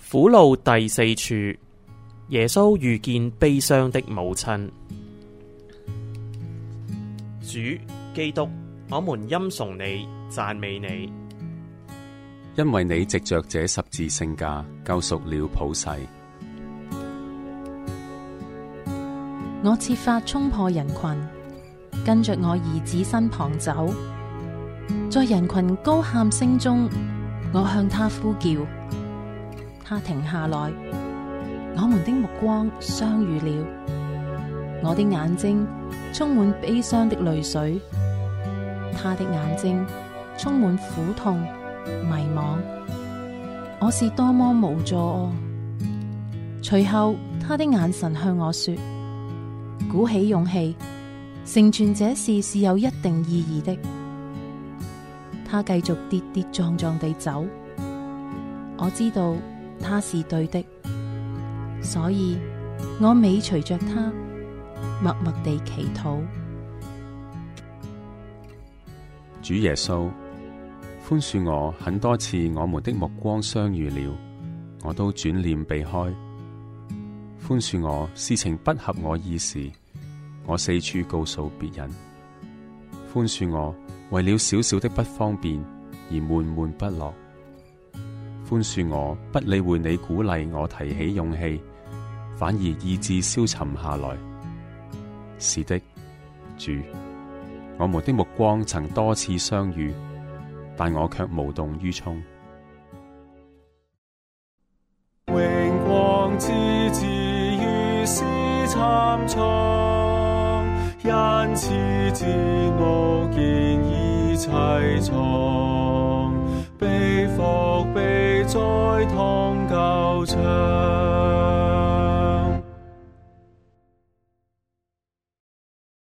苦路第四處，耶穌遇見悲傷的母親。主基督，我們欽崇你，讚美你， 因為你藉着這十字聖架救贖了普世。 我設法衝破人群，跟着我兒子身旁走，在人群高喊聲中，我向他呼叫。他停下來，我們的目光相遇了，我的眼睛充滿悲傷的淚水，他的眼睛充滿苦痛迷茫，我是多麼無助哦。隨後他的眼神向我說，鼓起勇氣，成全這事是有一定意義的。他繼續跌跌撞撞地走，我知道他是對的，所以我尾隨着他，默默地祈禱。 主耶穌，寬恕我很多次我們的目光相遇了，我都轉臉避開。寬恕我事情不合我意時，我四處告訴別人。寬恕我為了小小的不方便而悶悶不樂。寬恕我不理會你鼓勵我提起勇氣，反而意志消沉下來。是的，主，我們的目光曾多次相遇，但我卻無動於衷。 榮光之子於斯參蒼，因此之無見已凄愴，被伏被栽痛救場。